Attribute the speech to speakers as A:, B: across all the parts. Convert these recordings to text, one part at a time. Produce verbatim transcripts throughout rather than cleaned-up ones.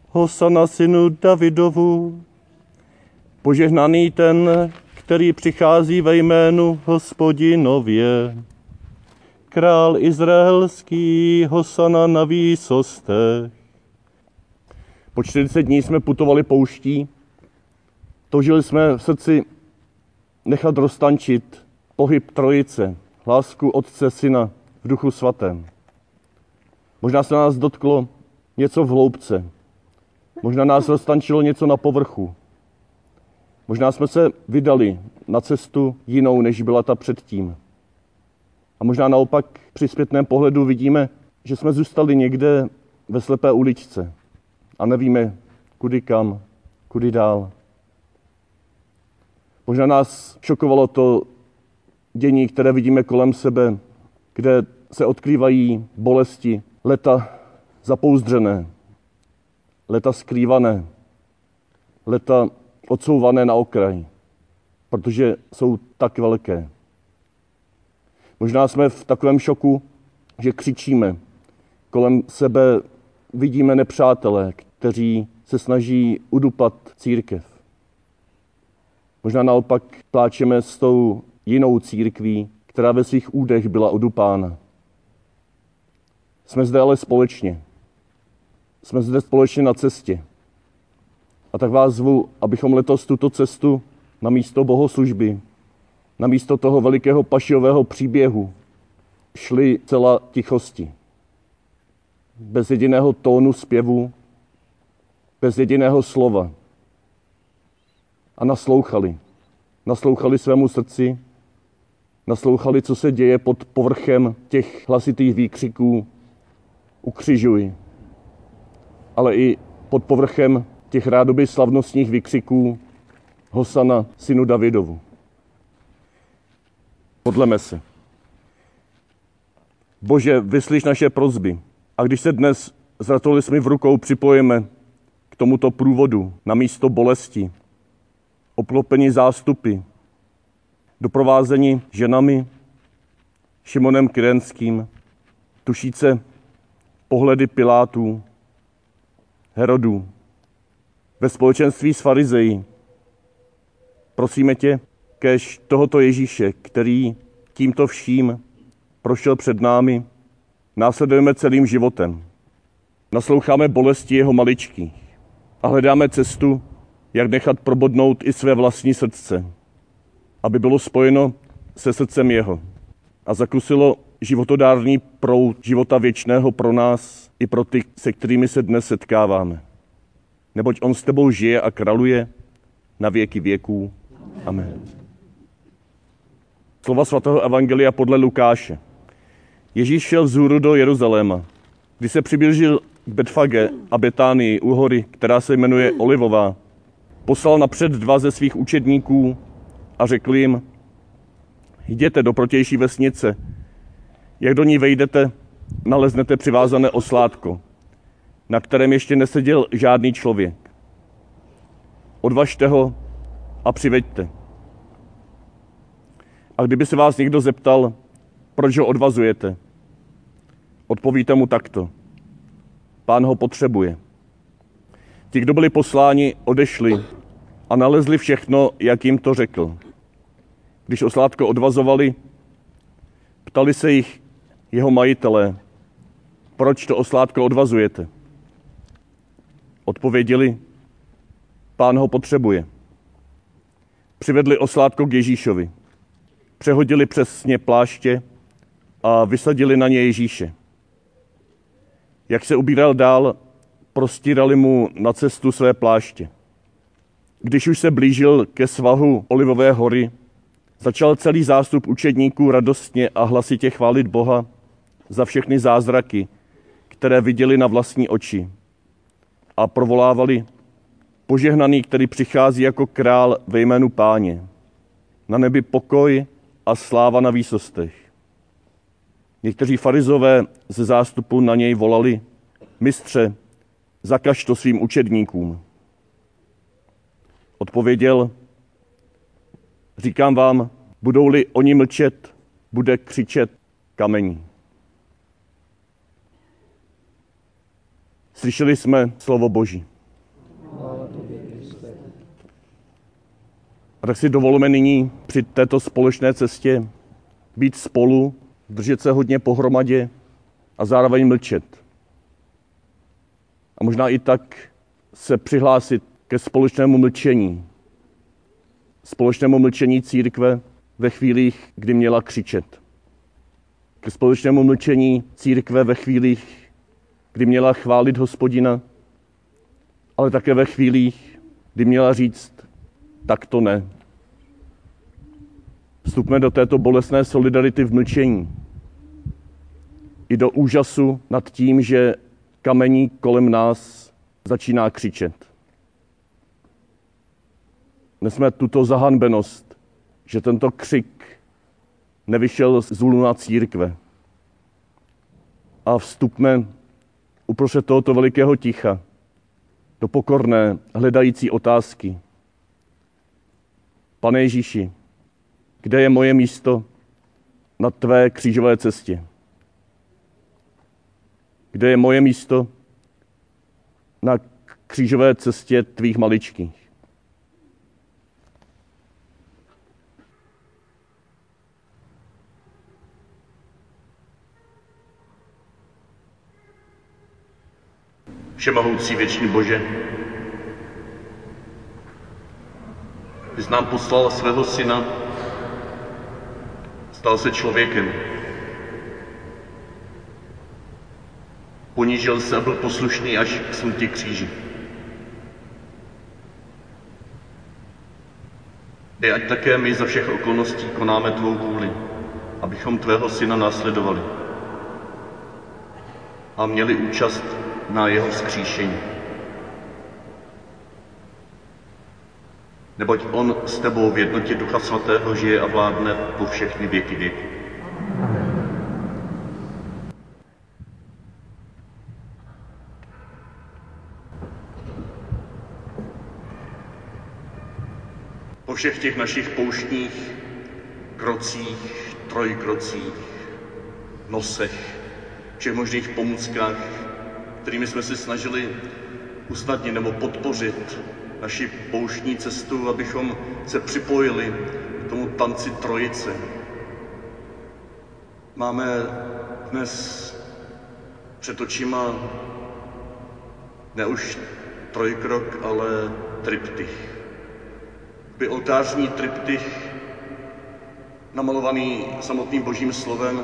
A: Hosana synu Davidovu. Požehnaný ten, který přichází ve jménu Hospodinově. Král izraelský, hosana na výsostech. Po čtyřicet dní jsme putovali pouští. Toužili jsme v srdci nechat roztančit pohyb Trojice, lásku Otce, Syna v Duchu Svatém. Možná se nás dotklo něco v hloubce. Možná nás roztančilo něco na povrchu. Možná jsme se vydali na cestu jinou, než byla ta předtím. A možná naopak při zpětném pohledu vidíme, že jsme zůstali někde ve slepé uličce a nevíme, kudy kam, kudy dál. Možná nás šokovalo to dění, které vidíme kolem sebe, kde se odkrývají bolesti, leta zapouzdřené, leta skrývané, leta odsouvané na okraj, protože jsou tak velké. Možná jsme v takovém šoku, že křičíme. Kolem sebe vidíme nepřátele, kteří se snaží udupat církev. Možná naopak pláčeme s tou jinou církví, která ve svých údech byla udupána. Jsme zde ale společně. Jsme zde společně na cestě. A tak vás zvu, abychom letos tuto cestu na místo bohoslužby, na místo toho velikého pašiového příběhu šli celá tichosti. Bez jediného tónu zpěvu, bez jediného slova. A naslouchali. Naslouchali svému srdci, naslouchali, co se děje pod povrchem těch hlasitých výkřiků ukřižuj, ale i pod povrchem těch rádoby slavnostních výkřiků Hosana synu Davidovu. Modleme se. Bože, vyslyš naše prosby. A když se dnes s ratolesmi v rukou připojíme k tomuto průvodu na místo bolesti, obklopení zástupy, doprovázení ženami, Šimonem Kyrenským, tušíce pohledy Pilátů, Herodů, ve společenství s farizeji, prosíme tě, kéž tohoto Ježíše, který tímto vším prošel před námi, následujeme celým životem. Nasloucháme bolesti jeho maličkých a hledáme cestu, jak nechat probodnout i své vlastní srdce, aby bylo spojeno se srdcem jeho a zakusilo životodárný proud života věčného pro nás i pro ty, se kterými se dnes setkáváme. Neboť on s tebou žije a králuje na věky věků. Amen. Slova svatého evangelia podle Lukáše. Ježíš šel vzhůru do Jeruzaléma. Když se přiblížil k Betfage a Betánii u hory, která se jmenuje Olivová, poslal napřed dva ze svých učedníků a řekl jim, jděte do protější vesnice. Jak do ní vejdete, naleznete přivázané oslátko, na kterém ještě neseděl žádný člověk. Odvažte ho a přiveďte. A kdyby se vás někdo zeptal, proč ho odvazujete, odpovíte mu takto. Pán ho potřebuje. Ti, kdo byli posláni, odešli a nalezli všechno, jak jim to řekl. Když oslátko odvazovali, ptali se jich jeho majitelé, proč to oslátko odvazujete. Odpověděli, Pán ho potřebuje. Přivedli oslátko k Ježíšovi. Přehodili přes sně pláště a vysadili na ně Ježíše. Jak se ubíral dál, prostírali mu na cestu své pláště. Když už se blížil ke svahu Olivové hory, začal celý zástup učedníků radostně a hlasitě chválit Boha za všechny zázraky, které viděli na vlastní oči. A provolávali, požehnaný, který přichází jako král ve jménu Páně. Na nebi pokoj a sláva na výsostech. Někteří farizové ze zástupu na něj volali, mistře, zakaž to svým učedníkům. Odpověděl, říkám vám, budou-li oni mlčet, bude křičet kamení. Slyšeli jsme slovo Boží. A tak si dovolíme nyní při této společné cestě být spolu, držet se hodně pohromadě a zároveň mlčet. A možná i tak se přihlásit ke společnému mlčení. Společnému mlčení církve ve chvílích, kdy měla křičet. Ke společnému mlčení církve ve chvílích, kdy měla chválit Hospodina, ale také ve chvílích, kdy měla říct, tak to ne. Vstupme do této bolestné solidarity v mlčení. I do úžasu nad tím, že kamení kolem nás začíná křičet. Nesme tuto zahanbenost, že tento křik nevyšel z luna církve. A vstupme uprostřed tohoto velikého ticha do pokorné, hledající otázky. Pane Ježíši, kde je moje místo na tvé křížové cestě? Kde je moje místo na křížové cestě tvých maličkých? Všemohoucí věčný Bože, ty jsi nám poslal svého syna, stal se člověkem. Ponížil se a byl poslušný až k smrti kříži. I ať také my za všech okolností konáme tvou vůli, abychom tvého syna následovali a měli účast na jeho vzkříšení. Neboť on s tebou v jednotě Ducha Svatého žije a vládne po všechny věky věky. Po všech těch našich pouštních krocích, trojkrocích, nosech, všech možných pomůckách, kterými jsme se snažili usnadnit nebo podpořit naši pouštní cestu, abychom se připojili k tomu tanci trojice. Máme dnes před očima ne už trojkrok, ale triptych. By oltářní triptych, namalovaný samotným Božím slovem,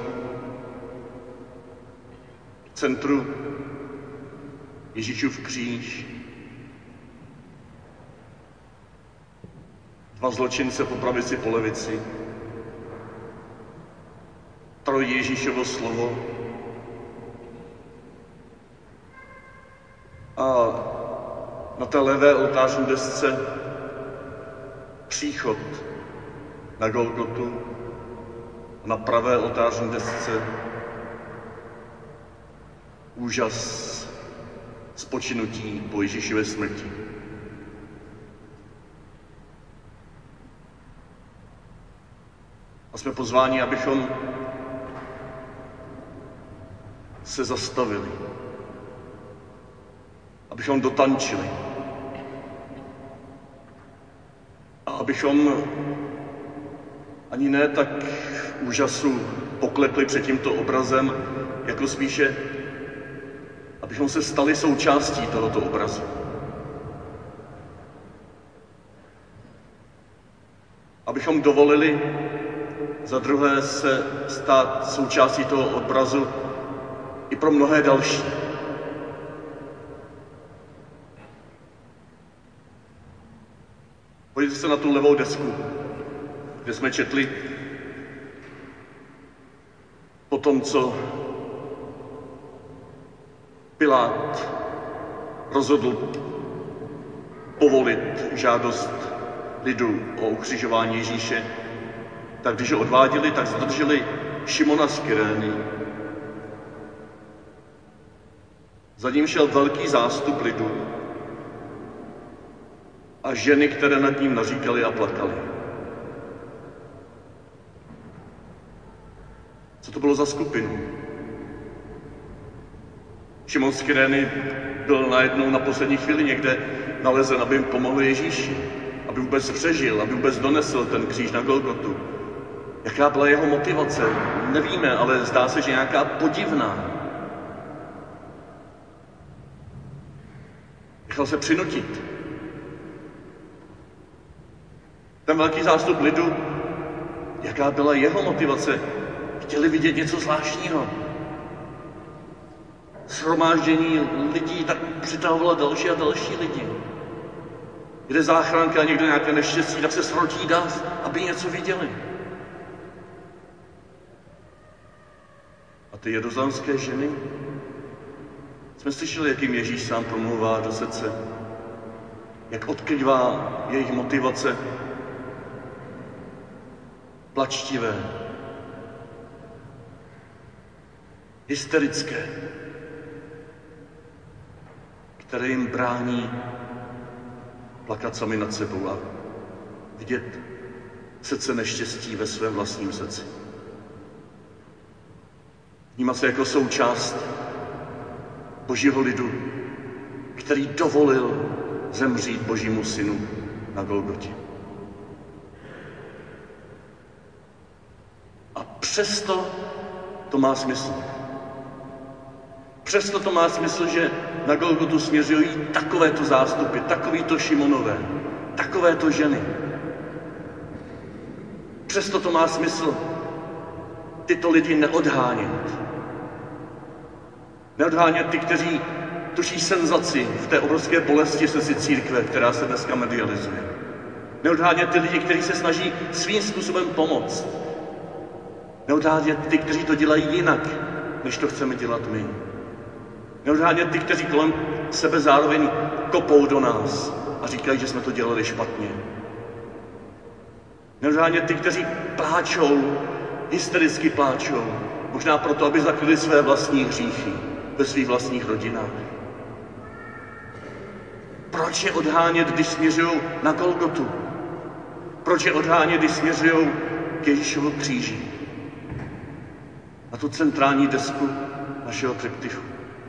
A: v centru Ježíšův kříž, dva zločince po pravici, po levici, troj Ježíšovo slovo a na té levé oltářní desce příchod na Golgotu a na pravé oltářní desce úžas spočinutí po Ježíšově smrti. A jsme pozváni, abychom se zastavili, abychom dotančili a abychom ani ne tak v úžasu poklekli před tímto obrazem, jako spíše abychom se stali součástí tohoto obrazu. Abychom dovolili za druhé se stát součástí toho obrazu i pro mnohé další. Podívejte se na tu levou desku, kde jsme četli po tom, co Pilát rozhodl povolit žádost lidu o ukřižování Ježíše, tak když ho odváděli, tak zadrželi Šimona z Kyrény. Za ním šel velký zástup lidu a ženy, které nad ním naříkaly a plakaly. Co to bylo za skupinu? Šimon z Kyrény byl najednou na poslední chvíli někde nalezen, aby jim pomohl Ježíši, aby aby vůbec přežil, aby vůbec donesl ten kříž na Golgotu. Jaká byla jeho motivace? Nevíme, ale zdá se, že nějaká podivná. Nechal se přinutit. Ten velký zástup lidu, jaká byla jeho motivace? Chtěli vidět něco zvláštního. Shromáždění lidí tak přitahovala další a další lidi. Kde záchranka a někdo nějaké neštěstí, tak se srotí dav, aby něco viděli. A ty jeruzalské ženy? Jsme slyšeli, jak jim Ježíš sám promluvá do srdce. Jak odkrývá jejich motivace. Plačtivé. Hysterické. Které jim brání plakat sami nad sebou a vidět srdce neštěstí ve svém vlastním srdci. Vnímat se jako součást Božího lidu, který dovolil zemřít Božímu synu na Golgotě. A přesto to má smysl. Přesto to má smysl, že na Golgotu směřují takovéto zástupy, takovýto Šimonové, takovéto ženy. Přesto to má smysl tyto lidi neodhánět. Neodhánět ty, kteří tuší senzaci v té obrovské bolesti srdci církve, která se dneska medializuje. Neodhánět ty lidi, kteří se snaží svým způsobem pomoct. Neodhánět ty, kteří to dělají jinak, než to chceme dělat my. Neodhánět ty, kteří kolem sebe zároveň kopou do nás a říkají, že jsme to dělali špatně. Neodhánět ty, kteří pláčou, hystericky pláčou, možná proto, aby zakryli své vlastní hříchy ve svých vlastních rodinách. Proč je odhánět, když směřují na Golgotu? Proč je odhánět, když směřují k Ježíšovu kříži? Na tu centrální desku našeho triptychu.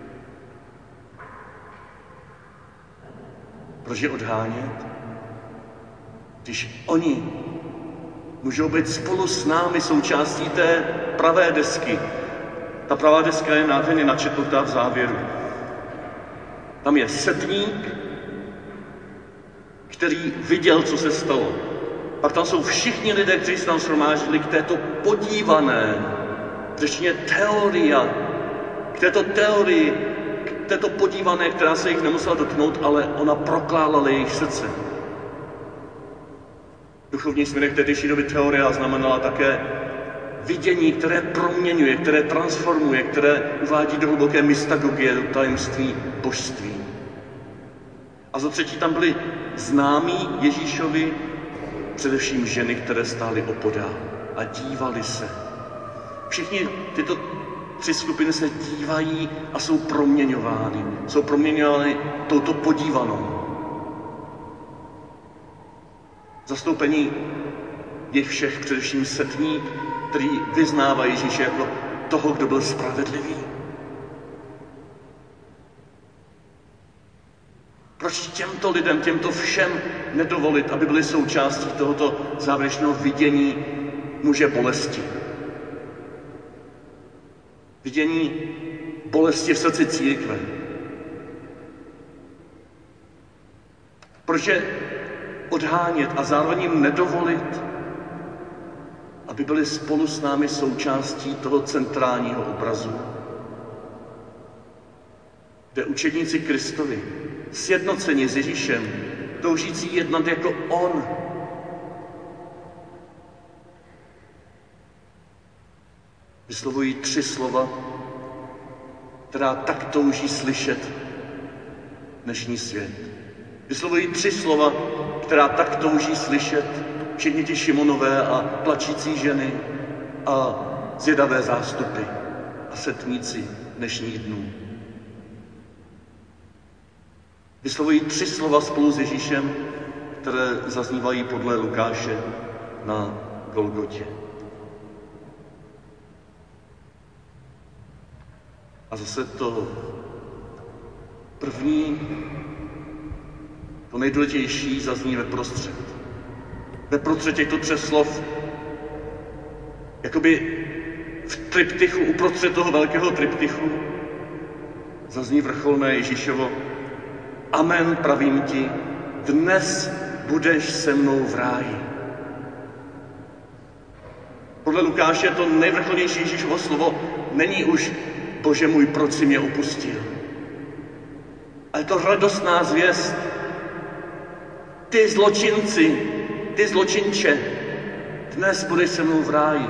A: Proč je odhánět, když oni můžou být spolu s námi součástí té pravé desky. Ta pravá deska je nádherně načetnutá v závěru. Tam je setník, který viděl, co se stalo. Pak tam jsou všichni lidé, kteří se tam shromáždili k této podívané, řečně teoria, k této teorii, k této podívané, která se jich nemusela dotknout, ale ona proklálala jejich srdce. Duchovní směrek tehdejší doby teoria znamenala také vidění, které proměňuje, které transformuje, které uvádí do hluboké mystagogie, do tajemství božství. A za třetí tam byly známí Ježíšovi především ženy, které stály opodál a dívali se. Všichni tyto tři skupiny se dívají a jsou proměňovány. Jsou proměňovány touto podívanou. Zastoupení je všech především setník, který vyznává Ježíše jako toho, kdo byl spravedlivý. Proč těmto lidem, těmto všem nedovolit, aby byli součástí tohoto závěrečného vidění muže bolesti? Vidění bolesti v srdci církve. Proč je odhánět a zároveň jim nedovolit, aby byli spolu s námi součástí toho centrálního obrazu, kde učedníci Kristovi, sjednoceni s Ježíšem, toužící jednat jako on, vyslovují tři slova, která tak touží slyšet dnešní svět. Vyslovují tři slova, která tak touží slyšet všichni ti Šimonové a plačící ženy a zvědavé zástupy a setníci dnešních dnů. Vyslovují tři slova spolu s Ježíšem, které zaznívají podle Lukáše na Golgotě. A zase to první, to nejdůležitější zazní ve prostřed. ve prostřed těchto třech slov, jakoby v triptychu, uprostřed toho velkého triptychu, zazní vrcholné Ježíšovo: Amen, pravím ti, dnes budeš se mnou v ráji. Podle Lukáše to nejvrcholnější Ježíšovo slovo není už: Bože můj, proč jsi mě opustil? Ale to radostná zvěst: ty zločinci, ty zločinče, dnes budeš se mnou v ráji.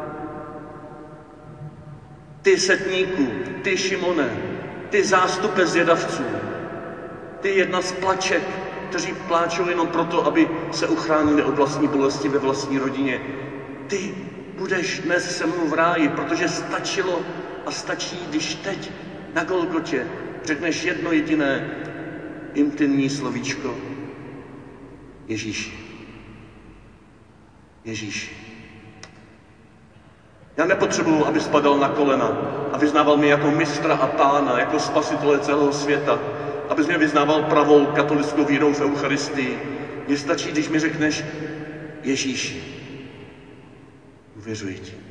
A: Ty setníku, ty Šimone, ty zástupe zvědavců, ty jedna z plaček, kteří pláčou jenom proto, aby se uchránili od vlastní bolesti ve vlastní rodině. Ty budeš dnes se mnou v ráji, protože stačilo a stačí, když teď na Golgotě řekneš jedno jediné intimní slovíčko: Ježíši. Ježíši. Já nepotřebuju, aby spadal na kolena a vyznával mě jako mistra a pána, jako spasitele celého světa, abys mě vyznával pravou katolickou vírou v Eucharistii. Mně stačí, když mi řekneš: Ježíši, uvěřuji ti.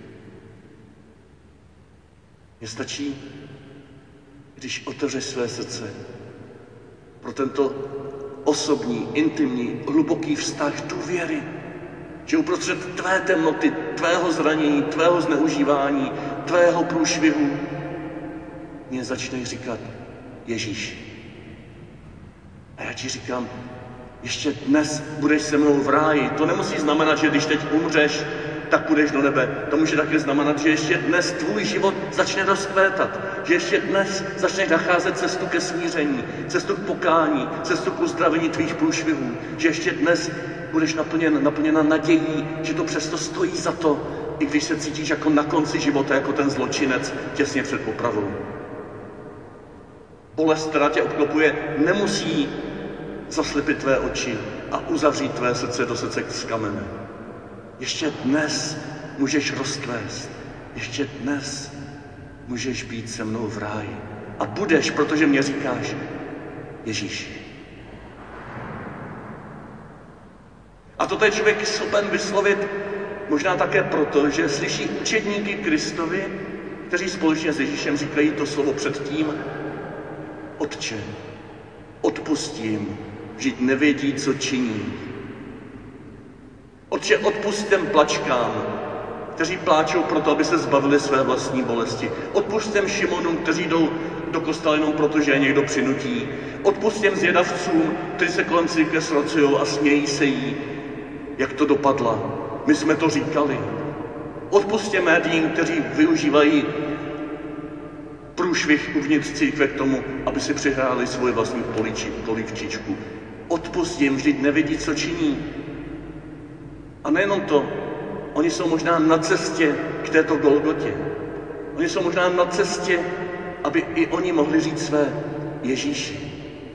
A: Mně stačí, když otevřeš své srdce pro tento osobní, intimní, hluboký vztah důvěry, že uprostřed tvé temnoty, tvého zranění, tvého zneužívání, tvého průšvihu mě začneš říkat: Ježíši. A já ti říkám: ještě dnes budeš se mnou v ráji. To nemusí znamenat, že když teď umřeš, tak půjdeš do nebe. To může také znamenat, že ještě dnes tvůj život začne rozkvétat. Že ještě dnes začneš nacházet cestu ke smíření, cestu k pokání, cestu k uzdravení tvých průšvihů. Že ještě dnes budeš naplněn, naplněna nadějí, že to přesto stojí za to, i když se cítíš jako na konci života, jako ten zločinec těsně před popravou. Bolest, která tě obklopuje, nemusí zaslepit tvé oči a uzavřít tvé srdce do srdce z kamene. Ještě dnes můžeš rozkvést. Ještě dnes můžeš být se mnou v ráji. A budeš, protože mě říkáš: Ježíši. A toto je člověk schopen vyslovit možná také proto, že slyší učedníky Kristovi, kteří společně s Ježíšem říkají to slovo předtím: Otče, odpusť jim, vždyť nevědí, co činí. Otče, odpusť těm plačkám, kteří pláčou proto, aby se zbavili své vlastní bolesti. Odpusť těm Šimonům, kteří jdou do kostela jenom proto, že je někdo přinutí. Odpusť těm zvědavcům, kteří se kolem církve srocujou a smějí se jí, jak to dopadla. My jsme to říkali. Odpusť těm médiím, kteří využívají průšvih uvnitř církve k tomu, aby si přihráli svoji vlastní polivčičku. Odpusť jim, vždyť nevědí, co činí. A nejenom to, oni jsou možná na cestě k této Golgotě. Oni jsou možná na cestě, aby i oni mohli říct své: Ježíši.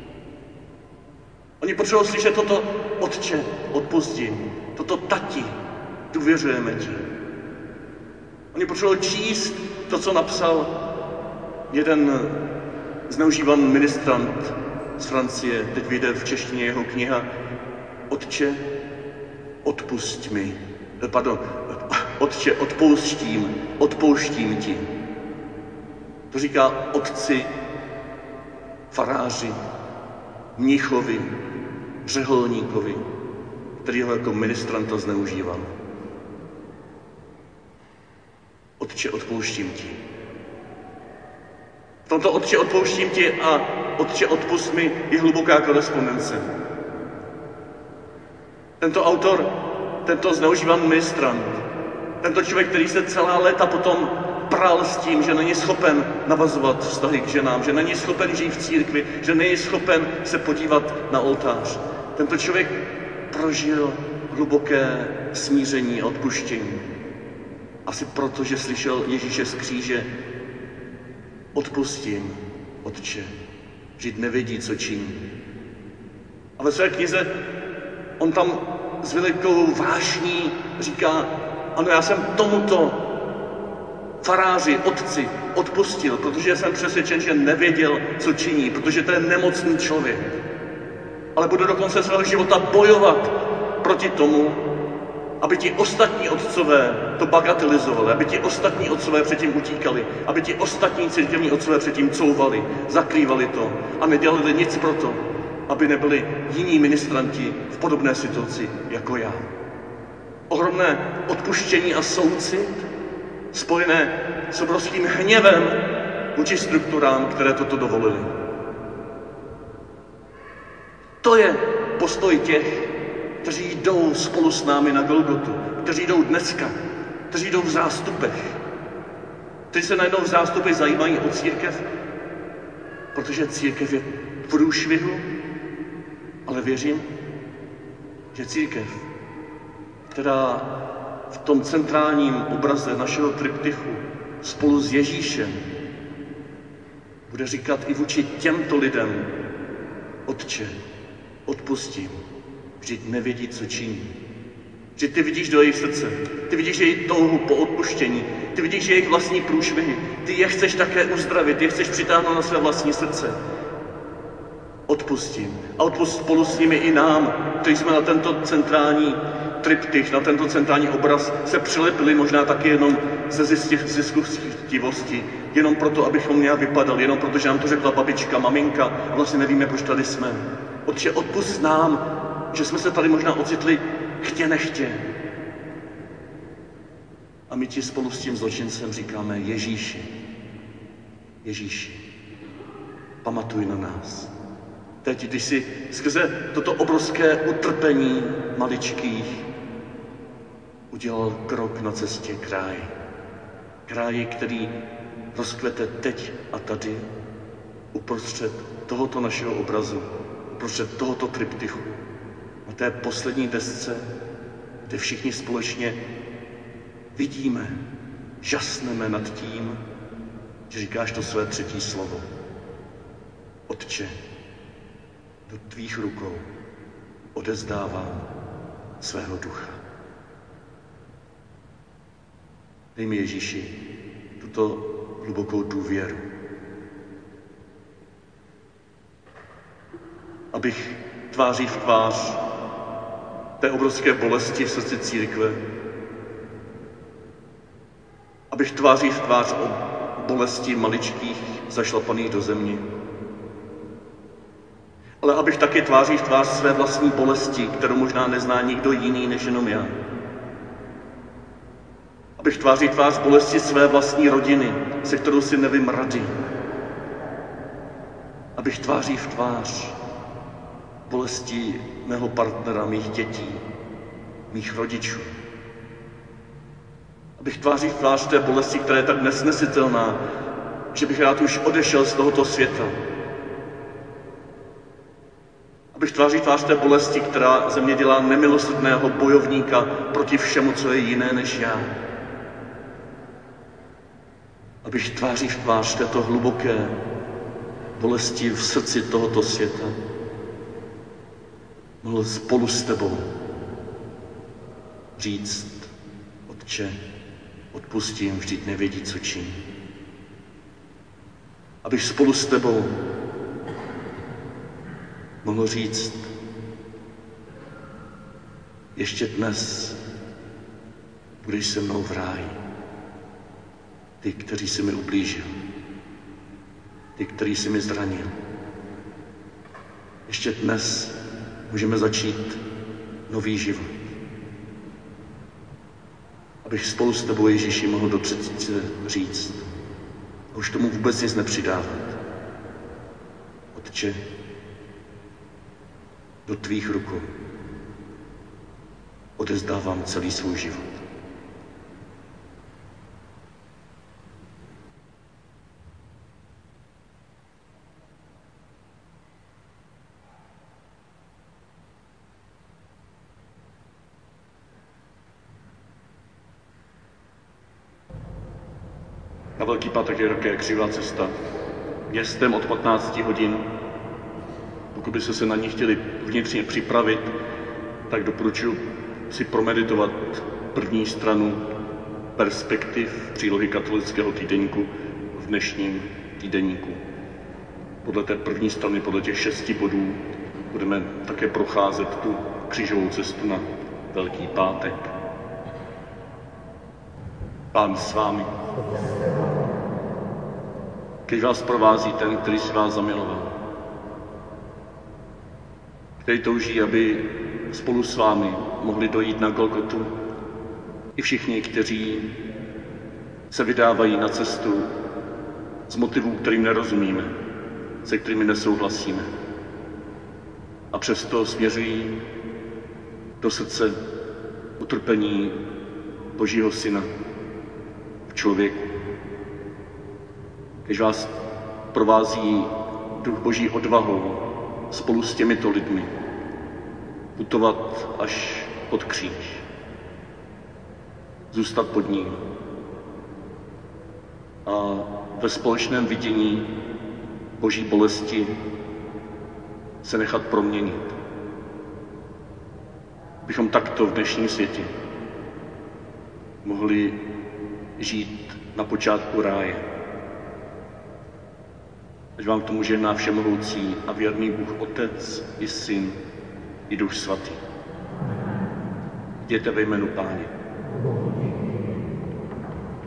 A: Oni potřebují slyšet toto: Otče, odpusť jim. Toto: Tati, důvěřujeme ti. Oni potřebují číst to, co napsal jeden zneužívaný ministrant z Francie, teď vyjde v češtině jeho kniha: Otče, odpusť mi. Pardon, Otče, odpouštím, odpouštím ti. To říká otci, faráři, mnichovi, řeholníkovi, který ho jako ministranta zneužíval. Otče, odpouštím ti. V tomto Otče, odpouštím ti a Otče, odpusť mi je hluboká korespondence. Tento autor, tento zneužívaný ministrant, tento člověk, který se celá léta potom pral s tím, že není schopen navazovat vztahy k ženám, že není schopen žít v církvi, že není schopen se podívat na oltář. Tento člověk prožil hluboké smíření a odpuštění. Asi proto, že slyšel Ježíše z kříže: Odpustím, Otče, vždyť nevědí, co činí. A ve své knize on tam s velikou vášní říká: ano, já jsem tomuto faráři, otci odpustil, protože jsem přesvědčen, že nevěděl, co činí, protože to je nemocný člověk. Ale budu do konce svého života bojovat proti tomu, aby ti ostatní otcové to bagatelizovali, aby ti ostatní otcové předtím utíkali, aby ti ostatní církevní otcové předtím couvali, zakrývali to a nedělali nic pro to, aby nebyli jiní ministranti v podobné situaci jako já. Ohromné odpuštění a soucit spojené s obrovským hněvem vůči strukturám, které toto dovolily. To je postoj těch, kteří jdou spolu s námi na Golgotu, kteří jdou dneska, kteří jdou v zástupech, kteří se najednou v zástupech zajímají o církev, protože církev je v průšvihu, ale věřím, že církev, která v tom centrálním obraze našeho triptychu spolu s Ježíšem bude říkat i vůči těmto lidem: Otče, odpustím, vždyť nevědí, co činí. Že ty vidíš do jejich srdce, ty vidíš jejich touhu po odpuštění, ty vidíš jejich vlastní průšvihy, ty je chceš také uzdravit, ty je chceš přitáhnout na své vlastní srdce. Odpustím. A odpust spolu s nimi i nám, kteří jsme na tento centrální triptych, na tento centrální obraz se přilepili možná taky jenom ze ziskuchtivosti, jenom proto, abychom nějak vypadali, jenom proto, že nám to řekla babička, maminka a vlastně nevíme, proč tady jsme. Otče, odpust nám, že jsme se tady možná ocitli chtě nechtě. A my ti spolu s tím zločincem říkáme: Ježíši, Ježíši, pamatuj na nás. Teď, když si skrze toto obrovské utrpení maličkých udělal krok na cestě k ráji. K ráji, který rozkvete teď a tady, uprostřed tohoto našeho obrazu, uprostřed tohoto triptychu, na té poslední desce, kde všichni společně vidíme, žasneme nad tím, že říkáš to své třetí slovo. Otče, do tvých rukou odezdávám svého ducha. Dej mi, Ježíši, tuto hlubokou důvěru, abych tváří v tvář té obrovské bolesti v srdci církve, abych tváří v tvář o bolesti maličkých zašlapaných do země, ale abych taky tváří v tvář své vlastní bolesti, kterou možná nezná nikdo jiný než jenom já. Abych tváří tvář bolesti své vlastní rodiny, se kterou si nevím rady. Abych tváří v tvář bolesti mého partnera, mých dětí, mých rodičů. Abych tváří v tvář té bolesti, která je tak nesnesitelná, že bych rád už odešel z tohoto světa. Abych tváří tvář té bolesti, která ze mě dělá nemilosrdného bojovníka proti všemu, co je jiné než já. Abych tváří v tvář této hluboké bolesti v srdci tohoto světa mohl spolu s tebou říct: Otče, odpustím, vždyť nevědí, co činí. Abych spolu s tebou mohl říct: ještě dnes budeš se mnou v ráji. Ty, kteří jsi mi ublížil, ty, který jsi mi zranil. Ještě dnes můžeme začít nový život. Abych spolu s tebou, Ježíši, mohl do třetice říct a už tomu vůbec nic nepřidávat: Otče, do tvých rukou odezdávám celý svůj život. Na Velký pátek je také křivá cesta. Městem od patnácti hodin. Pokud byste se na ní chtěli vnitřně připravit, tak doporučuji si promeditovat první stranu perspektiv přílohy katolického týdeníku v dnešním týdeníku. Podle té první strany, podle těch šesti bodů, budeme také procházet tu křížovou cestu na Velký pátek.
B: Pán s vámi. Keď vás provází ten, který si vás zamiloval, který touží, aby spolu s vámi mohli dojít na Golgotu i všichni, kteří se vydávají na cestu z motivů, kterým nerozumíme, se kterými nesouhlasíme. A přesto směřují do srdce utrpení Božího Syna v člověku. Když vás provází duch Boží odvahou spolu s těmito lidmi putovat až pod kříž, zůstat pod ním a ve společném vidění Boží bolesti se nechat proměnit. Bychom takto v dnešním světě mohli žít na počátku ráje. Ať vám k tomu žehná všemohoucí a věrný Bůh Otec i Syn i Duch Svatý. Jděte ve jménu Páně.